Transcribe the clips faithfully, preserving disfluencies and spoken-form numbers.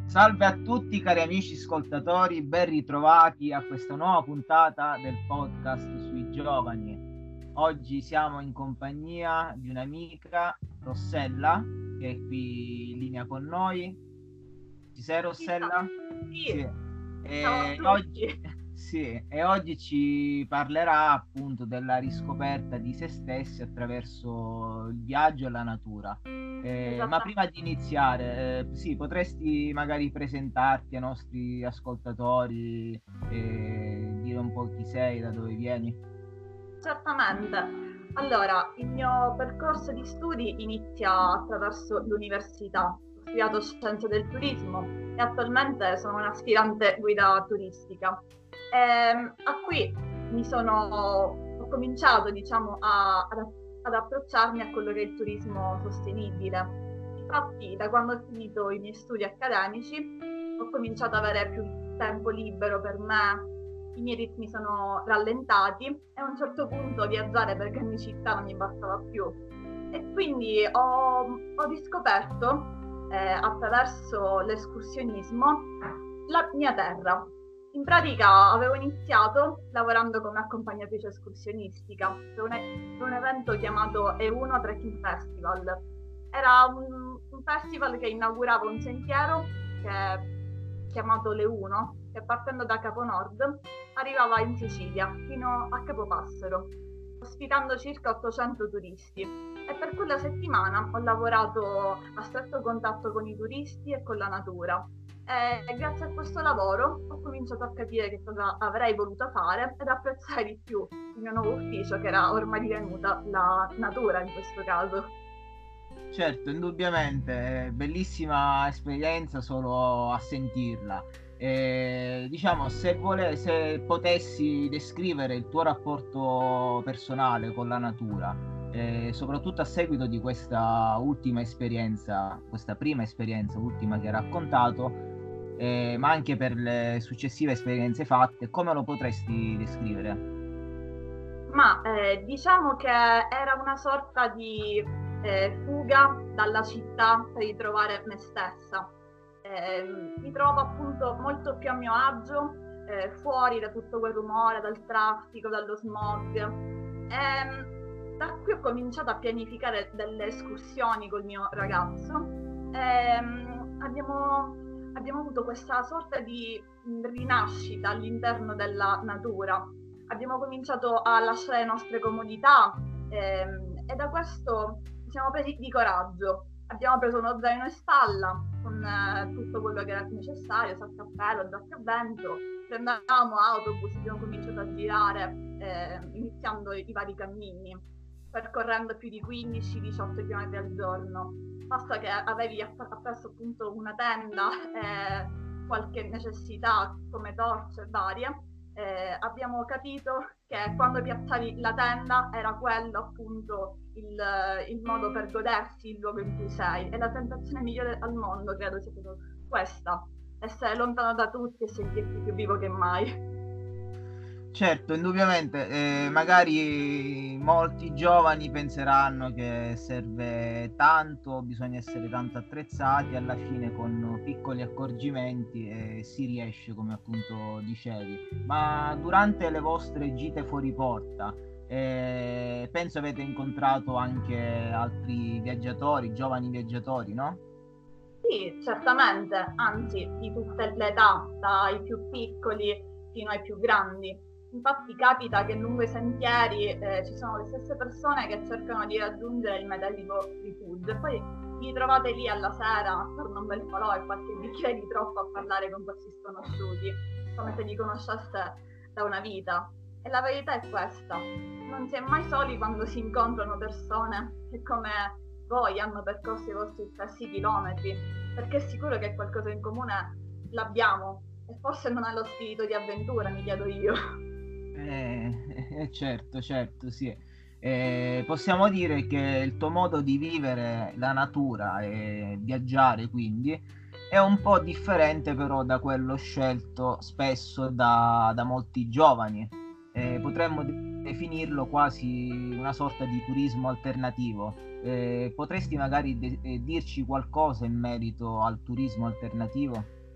Salve a tutti cari amici ascoltatori, ben ritrovati a questa nuova puntata del podcast sui giovani. Oggi siamo in compagnia di un'amica, Rossella, che è qui in linea con noi. Ci sei, Rossella? Sì. Sì. Ciao a E tutti. oggi, sì, e oggi ci parlerà appunto della riscoperta di se stessi attraverso il viaggio e la natura. Eh, ma prima di iniziare, eh, sì, potresti magari presentarti ai nostri ascoltatori e dire un po' chi sei, da dove vieni? Certamente. Allora, il mio percorso di studi inizia attraverso l'università. Ho studiato scienze del turismo e attualmente sono un'aspirante guida turistica. E, a qui mi sono, ho cominciato, diciamo, a, ad, ad approcciarmi a quello che è il turismo sostenibile. Infatti, da quando ho finito i miei studi accademici, ho cominciato ad avere più tempo libero per me, i miei ritmi sono rallentati e a un certo punto viaggiare per grandi città non mi bastava più. E quindi ho, ho riscoperto eh, attraverso l'escursionismo la mia terra. In pratica avevo iniziato lavorando come accompagnatrice escursionistica per un, per un evento chiamato E uno Trekking Festival. Era un, un festival che inaugurava un sentiero che chiamato Le uno, che partendo da Capo Nord arrivava in Sicilia fino a Capopassero, ospitando circa ottocento turisti. E per quella settimana ho lavorato a stretto contatto con i turisti e con la natura. E grazie a questo lavoro ho cominciato a capire che cosa avrei voluto fare ed apprezzare di più il mio nuovo ufficio, che era ormai divenuta la natura in questo caso. Certo, indubbiamente, bellissima esperienza solo a sentirla. Eh, diciamo, se, vole- se potessi descrivere il tuo rapporto personale con la natura, eh, soprattutto a seguito di questa ultima esperienza, questa prima esperienza, ultima che hai raccontato, eh, ma anche per le successive esperienze fatte, come lo potresti descrivere? Ma eh, diciamo che era una sorta di eh, fuga dalla città per ritrovare me stessa. Eh, mi trovo appunto molto più a mio agio, eh, fuori da tutto quel rumore, dal traffico, dallo smog. E, da qui ho cominciato a pianificare delle escursioni col mio ragazzo. E, abbiamo, abbiamo avuto questa sorta di rinascita all'interno della natura. Abbiamo cominciato a lasciare le nostre comodità ehm, e da questo ci siamo presi di coraggio. Abbiamo preso uno zaino in spalla con eh, tutto quello che era necessario, sacco a pelo, giacca a vento, prendevamo autobus, abbiamo cominciato a girare eh, iniziando i vari cammini, percorrendo più di quindici diciotto chilometri al giorno. Basta che avevi appresso appunto una tenda e qualche necessità come torce varie. Eh, abbiamo capito che quando piazzavi la tenda era quello appunto il, il modo per godersi il luogo in cui sei, e la sensazione migliore al mondo credo sia proprio questa, essere lontano da tutti e sentirti più vivo che mai. Certo, indubbiamente, eh, magari molti giovani penseranno che serve tanto, bisogna essere tanto attrezzati, alla fine con piccoli accorgimenti eh, si riesce, come appunto dicevi. Ma durante le vostre gite fuori porta, eh, penso avete incontrato anche altri viaggiatori, giovani viaggiatori, no? Sì, certamente, anzi di tutte le età, dai più piccoli fino ai più grandi. Infatti capita che lungo i sentieri eh, ci sono le stesse persone che cercano di raggiungere il medesimo rifugio e poi vi trovate lì alla sera attorno a un bel falò e qualche bicchiere di troppo a parlare con questi sconosciuti, come se li conoscesse da una vita. E la verità è questa: non si è mai soli quando si incontrano persone che come voi hanno percorso i vostri stessi chilometri, perché è sicuro che qualcosa in comune l'abbiamo, e forse non è lo spirito di avventura, mi chiedo io. Eh, eh, certo, certo, sì. Eh, possiamo dire che il tuo modo di vivere la natura e viaggiare, quindi, è un po' differente però da quello scelto spesso da, da molti giovani. Eh, potremmo definirlo quasi una sorta di turismo alternativo. Eh, potresti magari de- eh, dirci qualcosa in merito al turismo alternativo?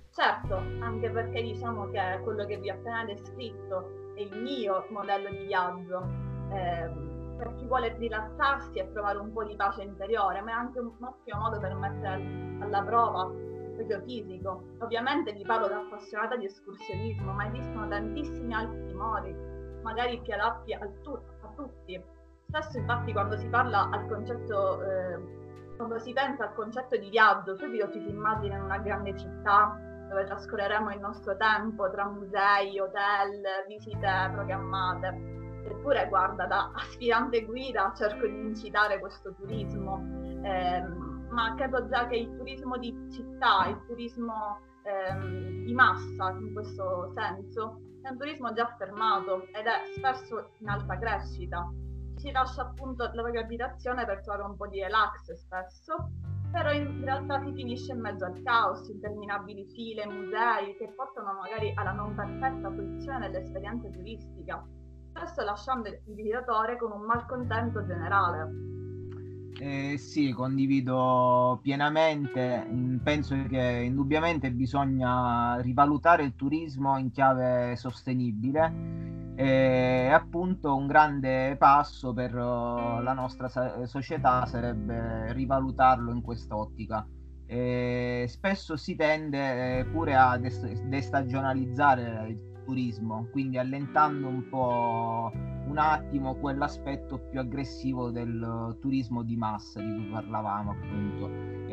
Certo, anche perché diciamo che quello che vi ho appena descritto è il mio modello di viaggio, eh, per chi vuole rilassarsi e trovare un po' di pace interiore, ma è anche un ottimo modo per mettere alla prova il proprio fisico. Ovviamente vi parlo da appassionata di escursionismo, ma esistono tantissimi altri modi, magari più adatti a, tu- a tutti. Spesso infatti quando si parla al concetto, eh, quando si pensa al concetto di viaggio, subito ci si immagina in una grande città dove trascorreremo il nostro tempo tra musei, hotel, visite programmate. Eppure, guarda, da aspirante guida cerco di incitare questo turismo, ehm, ma credo già che il turismo di città, il turismo ehm, di massa in questo senso, è un turismo già affermato ed è spesso in alta crescita. Si lascia appunto la propria abitazione per trovare un po' di relax spesso, però in realtà si finisce in mezzo al caos, interminabili file, musei che portano magari alla non perfetta fruizione dell'esperienza turistica, spesso lasciando il visitatore con un malcontento generale. Eh, sì, condivido pienamente. Mm, Penso che indubbiamente bisogna rivalutare il turismo in chiave sostenibile. E appunto un grande passo per uh, la nostra sa- società sarebbe rivalutarlo in quest'ottica. E spesso si tende eh, pure a des- destagionalizzare il turismo, quindi allentando un po' un attimo quell'aspetto più aggressivo del turismo di massa di cui parlavamo appunto.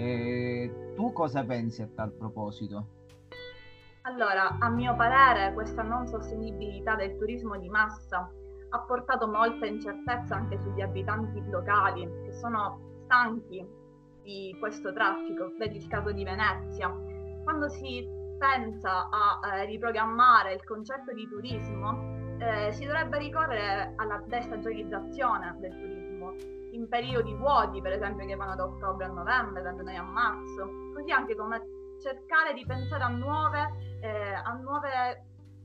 E tu cosa pensi a tal proposito? Allora, a mio parere, questa non sostenibilità del turismo di massa ha portato molta incertezza anche sugli abitanti locali, che sono stanchi di questo traffico. Vedi il caso di Venezia. Quando si pensa a eh, riprogrammare il concetto di turismo, eh, si dovrebbe ricorrere alla destagionalizzazione del turismo in periodi vuoti, per esempio che vanno da ottobre a novembre, da gennaio a marzo, così anche come cercare di pensare a nuove, eh, a nuove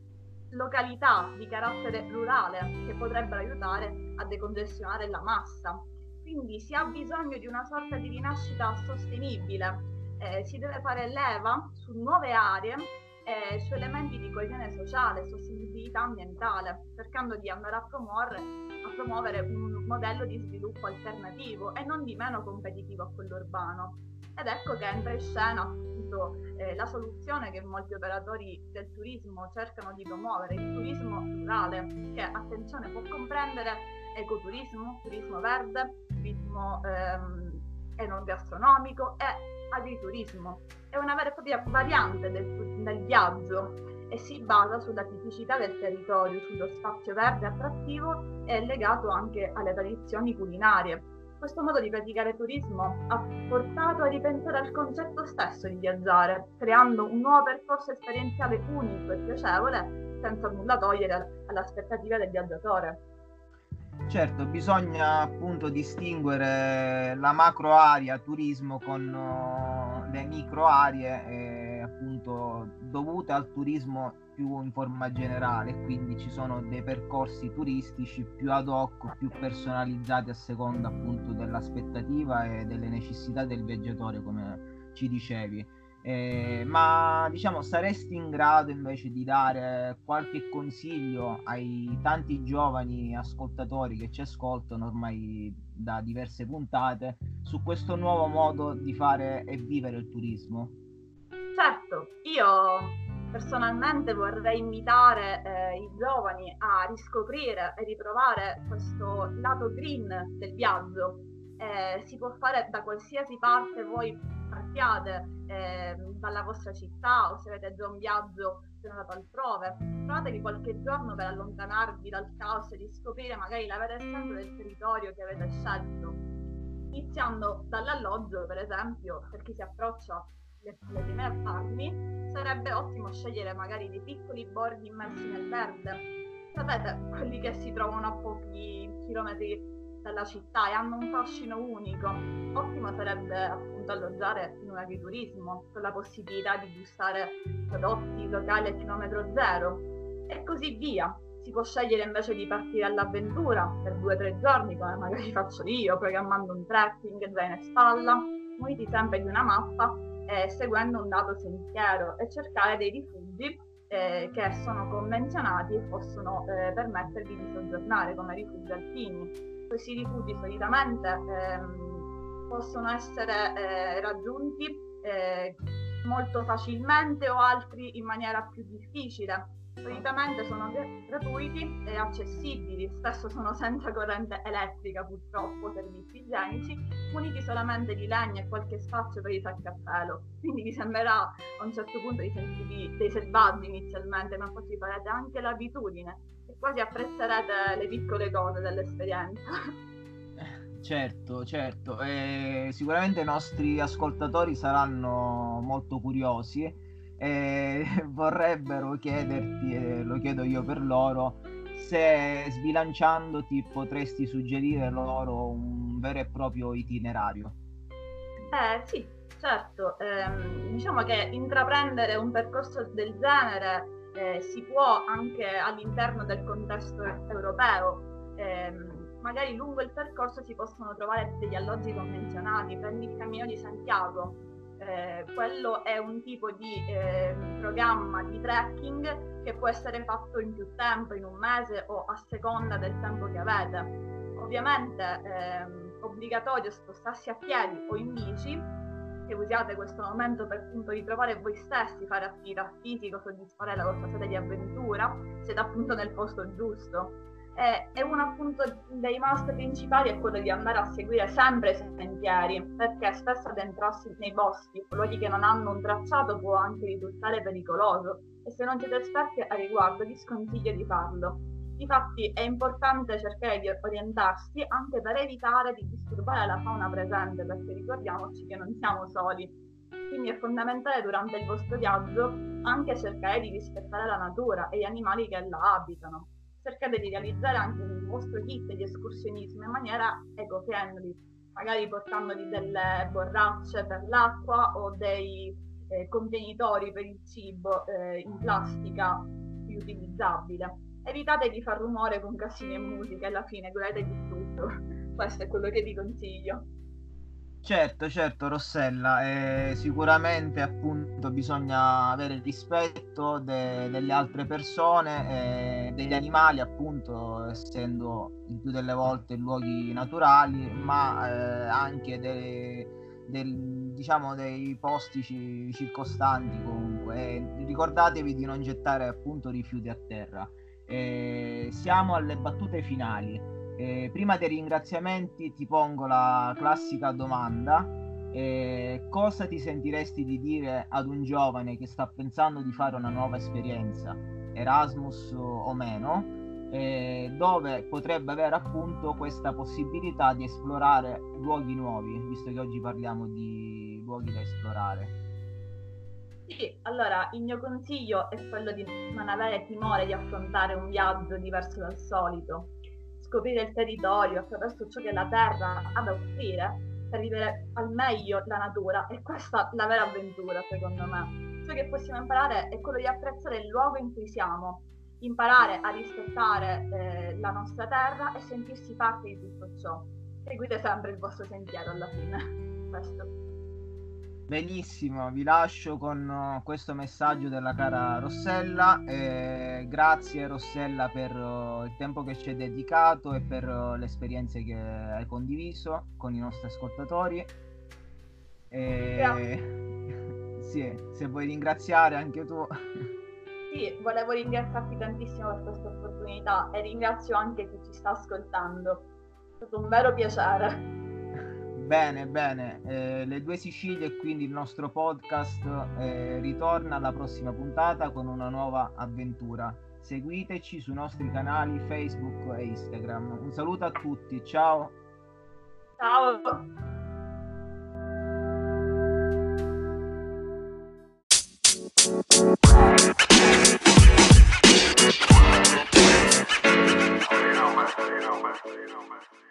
località di carattere rurale che potrebbero aiutare a decongestionare la massa. Quindi si ha bisogno di una sorta di rinascita sostenibile, eh, si deve fare leva su nuove aree e su elementi di coesione sociale, sostenibilità ambientale, cercando di andare a promuovere, a promuovere un modello di sviluppo alternativo e non di meno competitivo a quello urbano. Ed ecco che entra in scena appunto eh, la soluzione che molti operatori del turismo cercano di promuovere, il turismo rurale, che attenzione può comprendere ecoturismo, turismo verde, turismo ehm, enogastronomico e agriturismo. È una vera e propria variante del, del viaggio e si basa sulla tipicità del territorio, sullo spazio verde attrattivo e legato anche alle tradizioni culinarie. Questo modo di praticare turismo ha portato a ripensare al concetto stesso di viaggiare, creando un nuovo percorso esperienziale unico e piacevole, senza nulla togliere all'aspettativa del viaggiatore. Certo, bisogna appunto distinguere la macro area turismo con uh, le micro aree eh, appunto dovute al turismo più in forma generale, quindi ci sono dei percorsi turistici più ad hoc, più personalizzati a seconda appunto dell'aspettativa e delle necessità del viaggiatore, come ci dicevi. Eh, ma diciamo, saresti in grado invece di dare qualche consiglio ai tanti giovani ascoltatori che ci ascoltano ormai da diverse puntate su questo nuovo modo di fare e vivere il turismo? Certo, io personalmente vorrei invitare eh, i giovani a riscoprire e riprovare questo lato green del viaggio. Eh, si può fare da qualsiasi parte voi partiate, eh, dalla vostra città o se avete già un viaggio prenotato altrove. Trovatevi qualche giorno per allontanarvi dal caos e riscoprire magari la vera essenza del territorio che avete scelto. Iniziando dall'alloggio, per esempio, per chi si approccia le, le prime armi, sarebbe ottimo scegliere magari dei piccoli borghi immersi nel verde. Sapete, quelli che si trovano a pochi chilometri dalla città e hanno un fascino unico. Ottimo sarebbe appunto alloggiare in un agriturismo, con la possibilità di gustare prodotti locali a chilometro zero e così via. Si può scegliere invece di partire all'avventura per due o tre giorni, come magari faccio io, programmando un trekking zaino e spalla, muniti sempre di una mappa eh, seguendo un dato sentiero e cercare dei rifugi eh, che sono convenzionati e possono eh, permettervi di soggiornare come rifugi alpini. Questi rifugi solitamente ehm, possono essere eh, raggiunti eh, molto facilmente o altri in maniera più difficile. Solitamente sono gratuiti e accessibili, spesso sono senza corrente elettrica purtroppo, servizi igienici, muniti solamente di legno e qualche spazio per i sacchi a pelo. Quindi vi sembrerà a un certo punto di sentirvi dei selvaggi inizialmente, ma poi ci farete anche l'abitudine e quasi apprezzerete le piccole cose dell'esperienza. Certo, certo, e sicuramente i nostri ascoltatori saranno molto curiosi e vorrebbero chiederti, e lo chiedo io per loro, se sbilanciandoti potresti suggerire loro un vero e proprio itinerario. Eh sì, certo, ehm, diciamo che intraprendere un percorso del genere eh, si può anche all'interno del contesto europeo. Ehm, magari lungo il percorso si possono trovare degli alloggi convenzionati, prendi il Cammino di Santiago. Eh, quello è un tipo di eh, programma di trekking che può essere fatto in più tempo, in un mese o a seconda del tempo che avete. Ovviamente è obbligatorio spostarsi a piedi o in bici, che usiate questo momento per appunto ritrovare voi stessi, fare attività fisica, soddisfare la vostra sete di avventura, siete appunto nel posto giusto. E, e uno appunto dei must principali è quello di andare a seguire sempre i sentieri, perché spesso addentrarsi nei boschi, luoghi che non hanno un tracciato, può anche risultare pericoloso e se non siete esperti a riguardo vi sconsiglio di farlo. Infatti è importante cercare di orientarsi anche per evitare di disturbare la fauna presente, perché ricordiamoci che non siamo soli. Quindi è fondamentale durante il vostro viaggio anche cercare di rispettare la natura e gli animali che la abitano. Cercate di realizzare anche un vostro kit di escursionismo in maniera eco-friendly, magari portandovi delle borracce per l'acqua o dei eh, contenitori per il cibo eh, in plastica riutilizzabile. Evitate di far rumore con casini e musica, alla fine godete di tutto. Questo è quello che vi consiglio. Certo, certo, Rossella, eh, sicuramente appunto bisogna avere il rispetto de- delle altre persone, eh, degli animali, appunto, essendo il più delle volte luoghi naturali, ma eh, anche dei, del, diciamo, dei posti ci- circostanti comunque. E ricordatevi di non gettare appunto rifiuti a terra. Eh, siamo alle battute finali. Eh, prima dei ringraziamenti ti pongo la classica domanda: eh, cosa ti sentiresti di dire ad un giovane che sta pensando di fare una nuova esperienza, Erasmus o meno, eh, dove potrebbe avere appunto questa possibilità di esplorare luoghi nuovi, visto che oggi parliamo di luoghi da esplorare? Sì, allora il mio consiglio è quello di non avere timore di affrontare un viaggio diverso dal solito, scoprire il territorio attraverso ciò che la terra ha da offrire per vivere al meglio la natura, e questa è la vera avventura secondo me. Ciò che possiamo imparare è quello di apprezzare il luogo in cui siamo, imparare a rispettare eh, la nostra terra e sentirsi parte di tutto ciò. Seguite sempre il vostro sentiero alla fine. Questo. Benissimo, vi lascio con uh, questo messaggio della cara Rossella. Eh, grazie Rossella per uh, il tempo che ci hai dedicato e per uh, le esperienze che hai condiviso con i nostri ascoltatori. Eh, sì, se vuoi ringraziare anche tu. Sì, volevo ringraziarti tantissimo per questa opportunità e ringrazio anche chi ci sta ascoltando. È stato un vero piacere. Bene, bene, eh, le due Sicilie e quindi il nostro podcast eh, ritorna alla prossima puntata con una nuova avventura. Seguiteci sui nostri canali Facebook e Instagram. Un saluto a tutti, ciao! Ciao! You know, man. You know, man. You know, man.